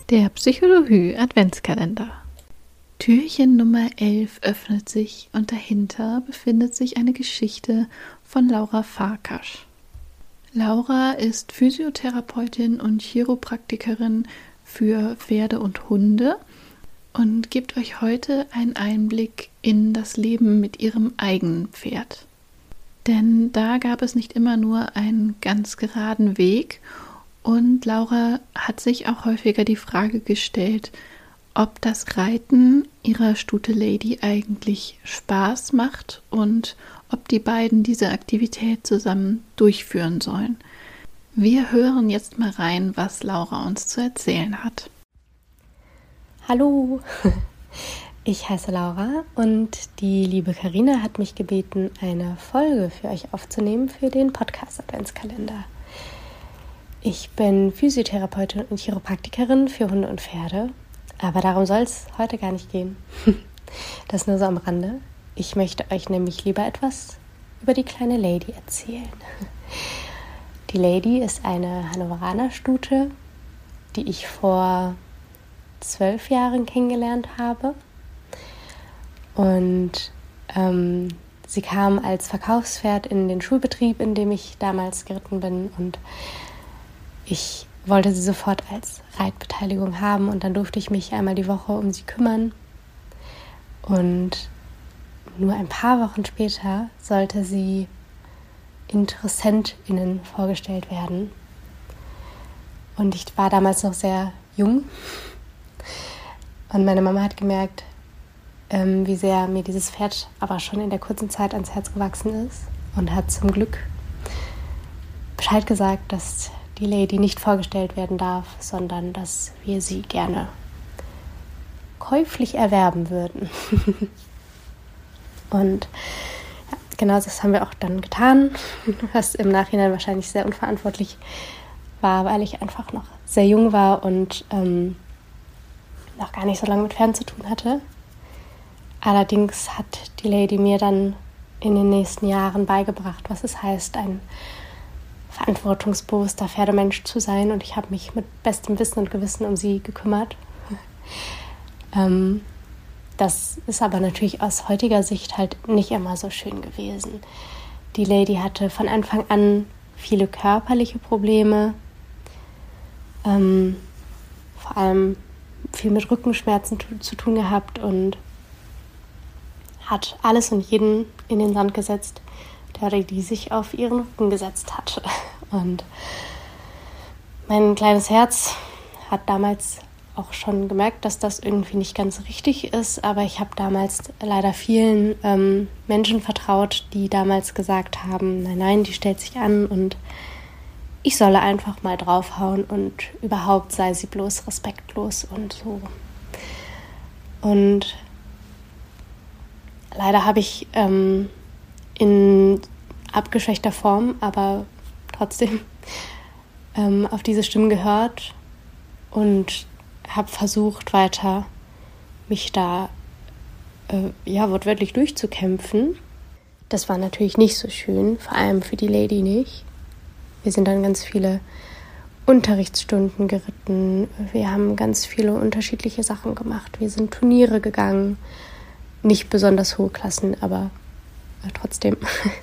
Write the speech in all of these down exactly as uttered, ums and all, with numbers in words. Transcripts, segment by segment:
Der Psychologie Adventskalender. Türchen Nummer elf öffnet sich und dahinter befindet sich eine Geschichte von Laura Farkasch. Laura ist Physiotherapeutin und Chiropraktikerin für Pferde und Hunde und gibt euch heute einen Einblick in das Leben mit ihrem eigenen Pferd. Denn da gab es nicht immer nur einen ganz geraden Weg. Und Laura hat sich auch häufiger die Frage gestellt, ob das Reiten ihrer Stute Lady eigentlich Spaß macht und ob die beiden diese Aktivität zusammen durchführen sollen. Wir hören jetzt mal rein, was Laura uns zu erzählen hat. Hallo, ich heiße Laura und die liebe Carina hat mich gebeten, eine Folge für euch aufzunehmen für den Podcast Adventskalender. Ich bin Physiotherapeutin und Chiropraktikerin für Hunde und Pferde, aber darum soll es heute gar nicht gehen. Das nur so am Rande. Ich möchte euch nämlich lieber etwas über die kleine Lady erzählen. Die Lady ist eine Hannoveraner Stute, die ich vor zwölf Jahren kennengelernt habe. Und ähm, sie kam als Verkaufspferd in den Schulbetrieb, in dem ich damals geritten bin, und ich wollte sie sofort als Reitbeteiligung haben und dann durfte ich mich einmal die Woche um sie kümmern. Und nur ein paar Wochen später sollte sie InteressentInnen vorgestellt werden. Und ich war damals noch sehr jung. Und meine Mama hat gemerkt, ähm, wie sehr mir dieses Pferd aber schon in der kurzen Zeit ans Herz gewachsen ist und hat zum Glück Bescheid gesagt, dass die Lady nicht vorgestellt werden darf, sondern dass wir sie gerne käuflich erwerben würden. Und ja, genau das haben wir auch dann getan, was im Nachhinein wahrscheinlich sehr unverantwortlich war, weil ich einfach noch sehr jung war und ähm, noch gar nicht so lange mit Pferden zu tun hatte. Allerdings hat die Lady mir dann in den nächsten Jahren beigebracht, was es heißt, ein verantwortungsbewusster Pferdemensch zu sein, und ich habe mich mit bestem Wissen und Gewissen um sie gekümmert. ähm, das ist aber natürlich aus heutiger Sicht halt nicht immer so schön gewesen. Die Lady hatte von Anfang an viele körperliche Probleme, ähm, vor allem viel mit Rückenschmerzen tu- zu tun gehabt und hat alles und jeden in den Sand gesetzt, der oder die sich auf ihren Rücken gesetzt hat. Und mein kleines Herz hat damals auch schon gemerkt, dass das irgendwie nicht ganz richtig ist, aber ich habe damals leider vielen ähm, Menschen vertraut, die damals gesagt haben, nein, nein, die stellt sich an und ich solle einfach mal draufhauen und überhaupt sei sie bloß respektlos und so. Und leider habe ich ähm, in abgeschwächter Form, aber trotzdem ähm, auf diese Stimmen gehört und habe versucht, weiter mich da äh, ja wortwörtlich durchzukämpfen. Das war natürlich nicht so schön, vor allem für die Lady nicht. Wir sind dann ganz viele Unterrichtsstunden geritten, wir haben ganz viele unterschiedliche Sachen gemacht, wir sind Turniere gegangen, nicht besonders hohe Klassen, aber äh, trotzdem.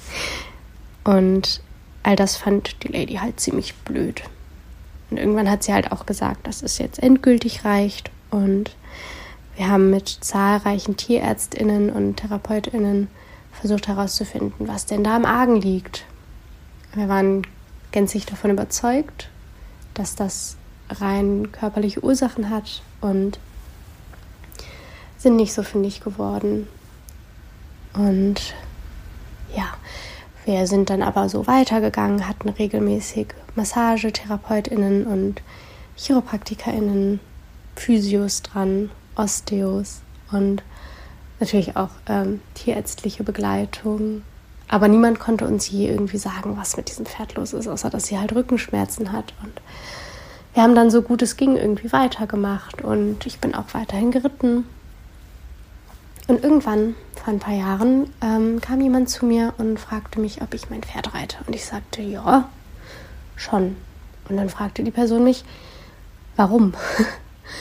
Und all das fand die Lady halt ziemlich blöd. Und irgendwann hat sie halt auch gesagt, dass es jetzt endgültig reicht. Und wir haben mit zahlreichen TierärztInnen und TherapeutInnen versucht herauszufinden, was denn da im Argen liegt. Wir waren gänzlich davon überzeugt, dass das rein körperliche Ursachen hat und sind nicht so fündig geworden. Und ja, wir sind dann aber so weitergegangen, hatten regelmäßig Massagetherapeutinnen und ChiropraktikerInnen, Physios dran, Osteos und natürlich auch ähm, tierärztliche Begleitung. Aber niemand konnte uns je irgendwie sagen, was mit diesem Pferd los ist, außer dass sie halt Rückenschmerzen hat. Und wir haben dann so gut es ging irgendwie weitergemacht und ich bin auch weiterhin geritten. Und irgendwann, vor ein paar Jahren, ähm, kam jemand zu mir und fragte mich, ob ich mein Pferd reite. Und ich sagte, ja, schon. Und dann fragte die Person mich, warum?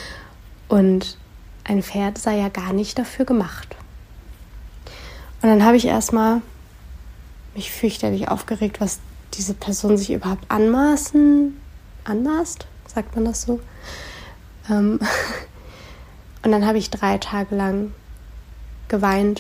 Und ein Pferd sei ja gar nicht dafür gemacht. Und dann habe ich erstmal mich fürchterlich aufgeregt, was diese Person sich überhaupt anmaßen, anmaßt, sagt man das so? Ähm und dann habe ich drei Tage lang geweint,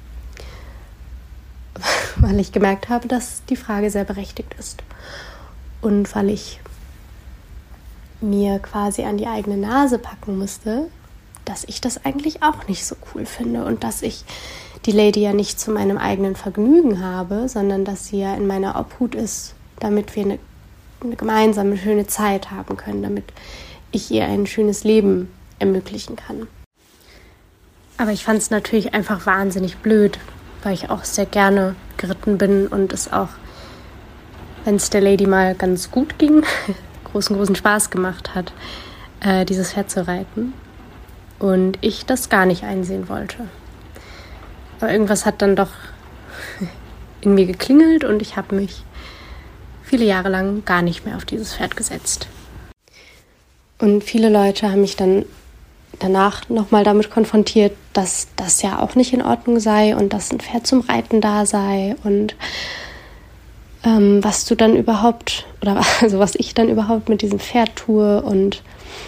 weil ich gemerkt habe, dass die Frage sehr berechtigt ist. Und weil ich mir quasi an die eigene Nase packen musste, dass ich das eigentlich auch nicht so cool finde und dass ich die Lady ja nicht zu meinem eigenen Vergnügen habe, sondern dass sie ja in meiner Obhut ist, damit wir eine, eine gemeinsame schöne Zeit haben können, damit ich ihr ein schönes Leben ermöglichen kann. Aber ich fand es natürlich einfach wahnsinnig blöd, weil ich auch sehr gerne geritten bin und es auch, wenn es der Lady mal ganz gut ging, großen, großen Spaß gemacht hat, äh, dieses Pferd zu reiten. Und ich das gar nicht einsehen wollte. Aber irgendwas hat dann doch in mir geklingelt und ich habe mich viele Jahre lang gar nicht mehr auf dieses Pferd gesetzt. Und viele Leute haben mich dann danach nochmal damit konfrontiert, dass das ja auch nicht in Ordnung sei und dass ein Pferd zum Reiten da sei und ähm, was du dann überhaupt, oder also was ich dann überhaupt mit diesem Pferd tue und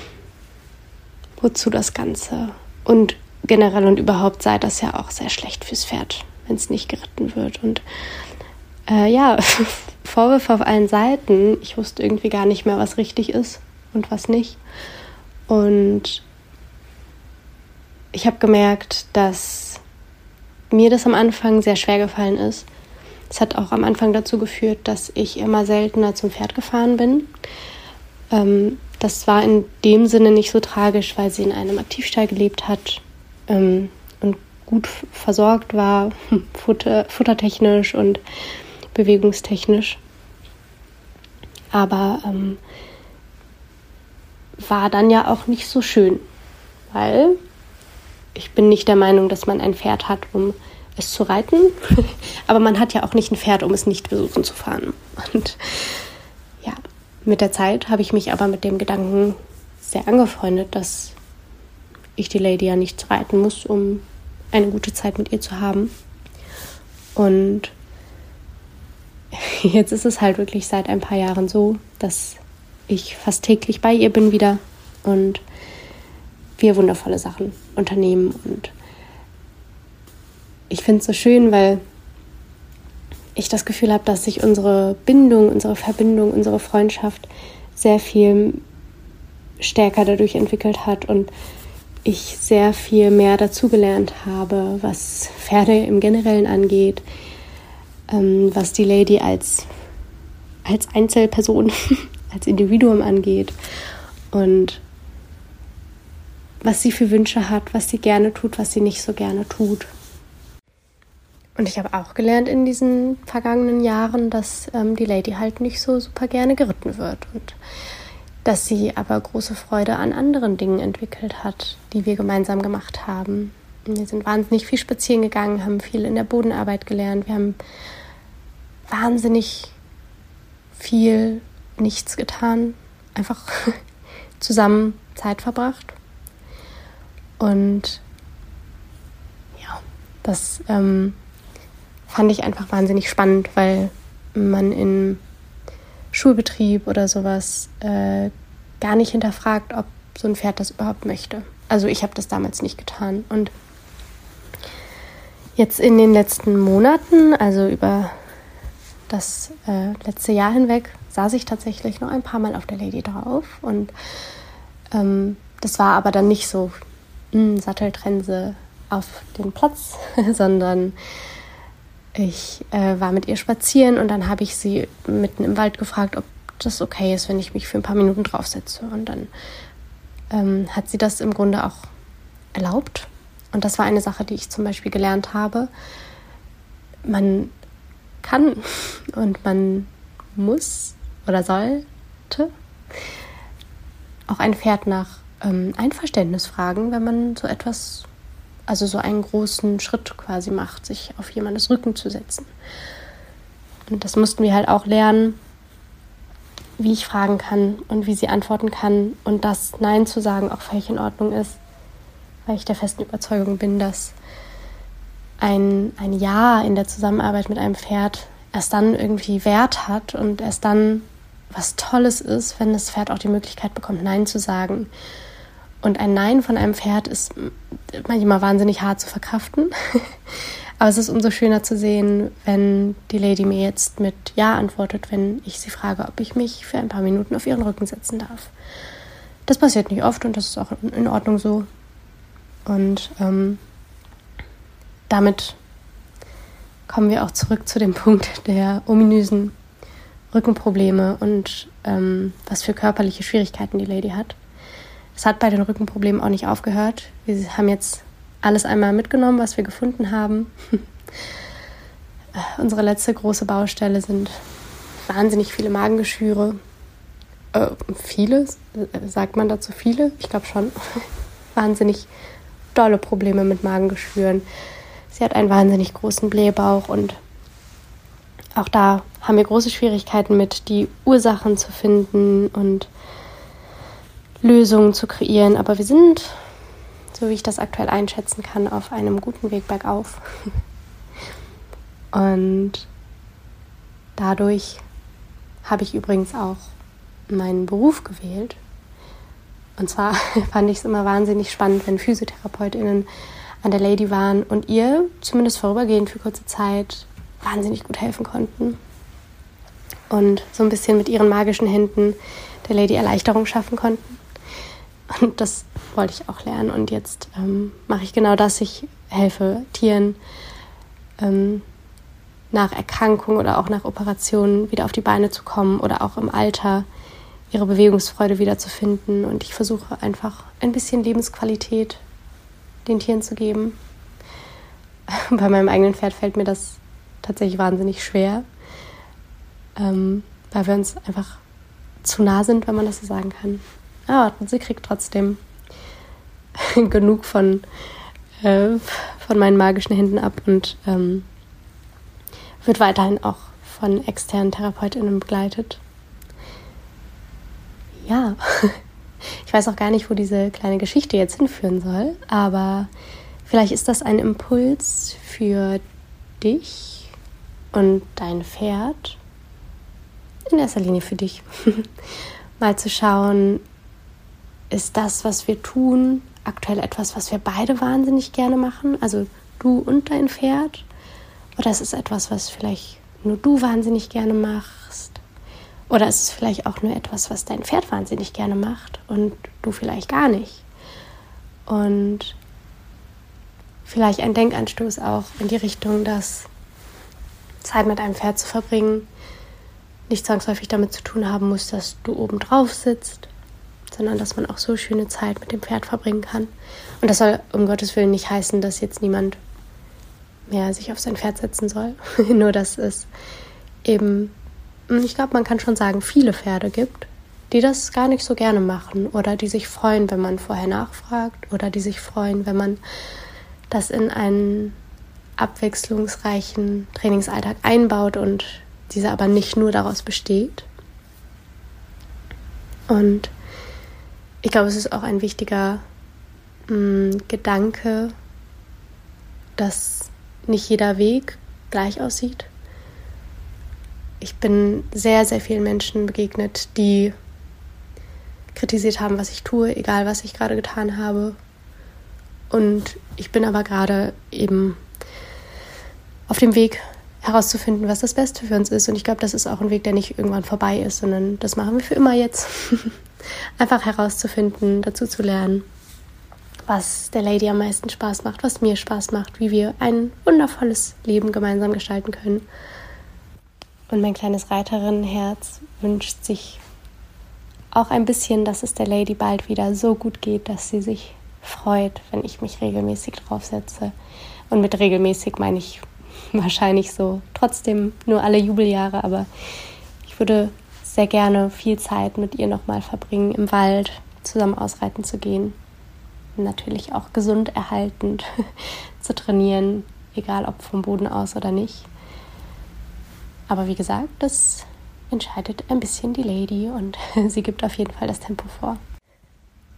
wozu das Ganze. Und generell und überhaupt sei das ja auch sehr schlecht fürs Pferd, wenn es nicht geritten wird. Und äh, ja, Vorwürfe auf allen Seiten. Ich wusste irgendwie gar nicht mehr, was richtig ist und was nicht. Und ich habe gemerkt, dass mir das am Anfang sehr schwer gefallen ist. Es hat auch am Anfang dazu geführt, dass ich immer seltener zum Pferd gefahren bin. Ähm, das war in dem Sinne nicht so tragisch, weil sie in einem Aktivstall gelebt hat ähm, und gut versorgt war, Futter, futtertechnisch und bewegungstechnisch. Aber ähm, war dann ja auch nicht so schön, weil ich bin nicht der Meinung, dass man ein Pferd hat, um es zu reiten, aber man hat ja auch nicht ein Pferd, um es nicht besuchen zu fahren. Und ja, mit der Zeit habe ich mich aber mit dem Gedanken sehr angefreundet, dass ich die Lady ja nicht reiten muss, um eine gute Zeit mit ihr zu haben. Und jetzt ist es halt wirklich seit ein paar Jahren so, dass ich fast täglich bei ihr bin wieder und wir wundervolle Sachen unternehmen. Und ich finde es so schön, weil ich das Gefühl habe, dass sich unsere Bindung, unsere Verbindung, unsere Freundschaft sehr viel stärker dadurch entwickelt hat und ich sehr viel mehr dazugelernt habe, was Pferde im Generellen angeht, ähm, was die Lady als, als Einzelperson, als Individuum angeht und was sie für Wünsche hat, was sie gerne tut, was sie nicht so gerne tut. Und ich habe auch gelernt in diesen vergangenen Jahren, dass ähm, die Lady halt nicht so super gerne geritten wird und dass sie aber große Freude an anderen Dingen entwickelt hat, die wir gemeinsam gemacht haben. Wir sind wahnsinnig viel spazieren gegangen, haben viel in der Bodenarbeit gelernt, wir haben wahnsinnig viel nichts getan, einfach zusammen Zeit verbracht. Und ja, das ähm, fand ich einfach wahnsinnig spannend, weil man in Schulbetrieb oder sowas äh, gar nicht hinterfragt, ob so ein Pferd das überhaupt möchte. Also ich habe das damals nicht getan. Und jetzt in den letzten Monaten, also über das äh, letzte Jahr hinweg, saß ich tatsächlich noch ein paar Mal auf der Lady drauf. Und ähm, das war aber dann nicht so mh, Satteltrense auf den Platz, sondern ich äh, war mit ihr spazieren und dann habe ich sie mitten im Wald gefragt, ob das okay ist, wenn ich mich für ein paar Minuten draufsetze. Und dann ähm, hat sie das im Grunde auch erlaubt. Und das war eine Sache, die ich zum Beispiel gelernt habe. Man kann und man muss oder sollte auch ein Pferd nach ähm, Einverständnis fragen, wenn man so etwas, also so einen großen Schritt quasi macht, sich auf jemandes Rücken zu setzen. Und das mussten wir halt auch lernen, wie ich fragen kann und wie sie antworten kann und dass Nein zu sagen auch völlig in Ordnung ist weil ich der festen Überzeugung bin, dass ein, ein Ja in der Zusammenarbeit mit einem Pferd erst dann irgendwie Wert hat und erst dann was Tolles ist, wenn das Pferd auch die Möglichkeit bekommt, Nein zu sagen. Und ein Nein von einem Pferd ist manchmal wahnsinnig hart zu verkraften. Aber es ist umso schöner zu sehen, wenn die Lady mir jetzt mit Ja antwortet, wenn ich sie frage, ob ich mich für ein paar Minuten auf ihren Rücken setzen darf. Das passiert nicht oft und das ist auch in Ordnung so. Und ähm, damit kommen wir auch zurück zu dem Punkt der ominösen Rückenprobleme und ähm, was für körperliche Schwierigkeiten die Lady hat. Es hat bei den Rückenproblemen auch nicht aufgehört. Wir haben jetzt alles einmal mitgenommen, was wir gefunden haben. Unsere letzte große Baustelle sind wahnsinnig viele Magengeschwüre. Äh, viele? Sagt man dazu viele? Ich glaube schon. Wahnsinnig dolle Probleme mit Magengeschwüren. Sie hat einen wahnsinnig großen Blähbauch und auch da haben wir große Schwierigkeiten mit, die Ursachen zu finden und Lösungen zu kreieren. Aber wir sind, so wie ich das aktuell einschätzen kann, auf einem guten Weg bergauf. Und dadurch habe ich übrigens auch meinen Beruf gewählt. Und zwar fand ich es immer wahnsinnig spannend, wenn PhysiotherapeutInnen an der Lady waren und ihr, zumindest vorübergehend für kurze Zeit, wahnsinnig gut helfen konnten. Und so ein bisschen mit ihren magischen Händen der Lady Erleichterung schaffen konnten. Und das wollte ich auch lernen. Und jetzt ähm, mache ich genau das. Ich helfe Tieren ähm, nach Erkrankung oder auch nach Operationen wieder auf die Beine zu kommen oder auch im Alter ihre Bewegungsfreude wiederzufinden. Und ich versuche einfach ein bisschen Lebensqualität den Tieren zu geben. Bei meinem eigenen Pferd fällt mir das tatsächlich wahnsinnig schwer, ähm, weil wir uns einfach zu nah sind, wenn man das so sagen kann. Aber sie kriegt trotzdem genug von, äh, von meinen magischen Händen ab und ähm, wird weiterhin auch von externen TherapeutInnen begleitet. Ja, ich weiß auch gar nicht, wo diese kleine Geschichte jetzt hinführen soll, aber vielleicht ist das ein Impuls für dich und dein Pferd, in erster Linie für dich, mal zu schauen, ist das, was wir tun, aktuell etwas, was wir beide wahnsinnig gerne machen, also du und dein Pferd, oder ist es etwas, was vielleicht nur du wahnsinnig gerne machst? Oder ist es vielleicht auch nur etwas, was dein Pferd wahnsinnig gerne macht und du vielleicht gar nicht? Und vielleicht ein Denkanstoß auch in die Richtung, dass Zeit mit einem Pferd zu verbringen nicht zwangsläufig damit zu tun haben muss, dass du oben drauf sitzt, sondern dass man auch so schöne Zeit mit dem Pferd verbringen kann. Und das soll um Gottes Willen nicht heißen, dass jetzt niemand mehr sich auf sein Pferd setzen soll. Nur, dass es eben, ich glaube, man kann schon sagen, viele Pferde gibt, die das gar nicht so gerne machen oder die sich freuen, wenn man vorher nachfragt oder die sich freuen, wenn man das in einen abwechslungsreichen Trainingsalltag einbaut und dieser aber nicht nur daraus besteht. Und ich glaube, es ist auch ein wichtiger mh, Gedanke, dass nicht jeder Weg gleich aussieht. Ich bin sehr, sehr vielen Menschen begegnet, die kritisiert haben, was ich tue, egal was ich gerade getan habe. Und ich bin aber gerade eben auf dem Weg herauszufinden, was das Beste für uns ist. Und ich glaube, das ist auch ein Weg, der nicht irgendwann vorbei ist, sondern das machen wir für immer jetzt. Einfach herauszufinden, dazu zu lernen, was der Lady am meisten Spaß macht, was mir Spaß macht, wie wir ein wundervolles Leben gemeinsam gestalten können. Und mein kleines Reiterinnenherz wünscht sich auch ein bisschen, dass es der Lady bald wieder so gut geht, dass sie sich freut, wenn ich mich regelmäßig draufsetze. Und mit regelmäßig meine ich wahrscheinlich so trotzdem nur alle Jubeljahre, aber ich würde sehr gerne viel Zeit mit ihr nochmal verbringen, im Wald zusammen ausreiten zu gehen. Und natürlich auch gesund erhaltend zu trainieren, egal ob vom Boden aus oder nicht. Aber wie gesagt, das entscheidet ein bisschen die Lady und sie gibt auf jeden Fall das Tempo vor.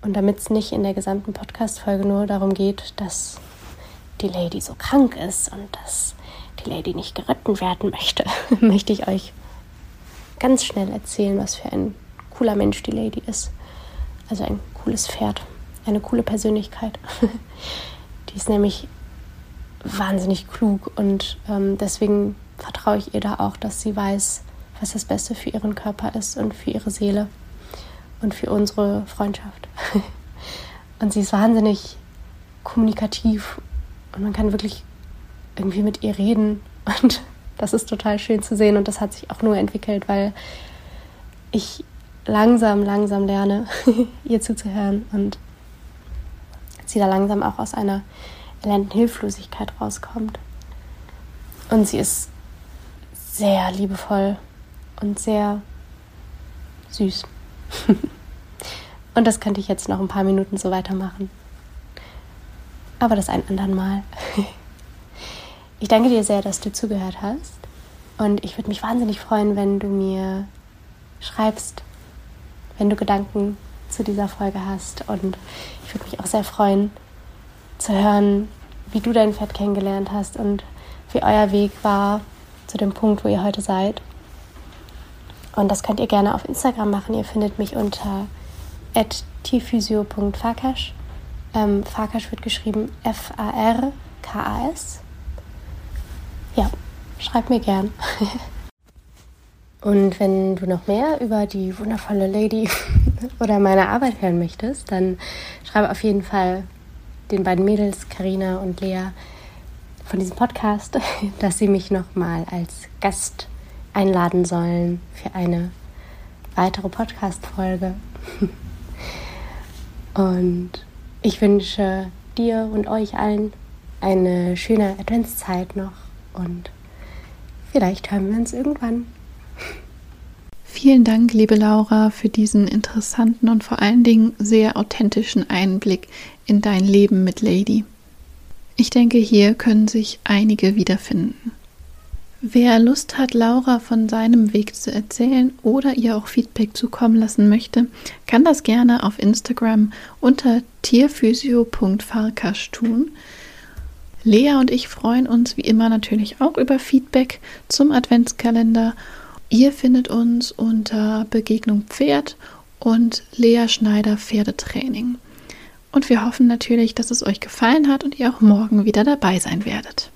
Und damit es nicht in der gesamten Podcast-Folge nur darum geht, dass die Lady so krank ist und dass die Lady nicht geritten werden möchte, möchte ich euch ganz schnell erzählen, was für ein cooler Mensch die Lady ist. Also ein cooles Pferd, eine coole Persönlichkeit. Die ist nämlich wahnsinnig klug und ähm, deswegen vertraue ich ihr da auch, dass sie weiß, was das Beste für ihren Körper ist und für ihre Seele und für unsere Freundschaft. Und sie ist wahnsinnig kommunikativ und man kann wirklich irgendwie mit ihr reden und das ist total schön zu sehen und das hat sich auch nur entwickelt, weil ich langsam, langsam lerne, ihr zuzuhören und sie da langsam auch aus einer erlernten Hilflosigkeit rauskommt. Und sie ist sehr liebevoll und sehr süß. Und das könnte ich jetzt noch ein paar Minuten so weitermachen. Aber das ein andern Mal. Ich danke dir sehr, dass du zugehört hast. Und ich würde mich wahnsinnig freuen, wenn du mir schreibst, wenn du Gedanken zu dieser Folge hast. Und ich würde mich auch sehr freuen, zu hören, wie du dein Pferd kennengelernt hast und wie euer Weg war zu dem Punkt, wo ihr heute seid. Und das könnt ihr gerne auf Instagram machen. Ihr findet mich unter at tierphysio punkt farkas. Ähm, Farkas wird geschrieben F A R K A S. Ja, schreib mir gern. Und wenn du noch mehr über die wundervolle Lady oder meine Arbeit hören möchtest, dann schreibe auf jeden Fall den beiden Mädels, Carina und Lea, von diesem Podcast, dass sie mich nochmal als Gast einladen sollen für eine weitere Podcast-Folge. Und ich wünsche dir und euch allen eine schöne Adventszeit noch und vielleicht hören wir uns irgendwann. Vielen Dank, liebe Laura, für diesen interessanten und vor allen Dingen sehr authentischen Einblick in dein Leben mit Lady. Ich denke, hier können sich einige wiederfinden. Wer Lust hat, Laura von seinem Weg zu erzählen oder ihr auch Feedback zukommen lassen möchte, kann das gerne auf Instagram unter tierphysio punkt farkas tun. Lea und ich freuen uns wie immer natürlich auch über Feedback zum Adventskalender. Ihr findet uns unter Begegnung Pferd und Lea Schneider Pferdetraining. Und wir hoffen natürlich, dass es euch gefallen hat und ihr auch morgen wieder dabei sein werdet.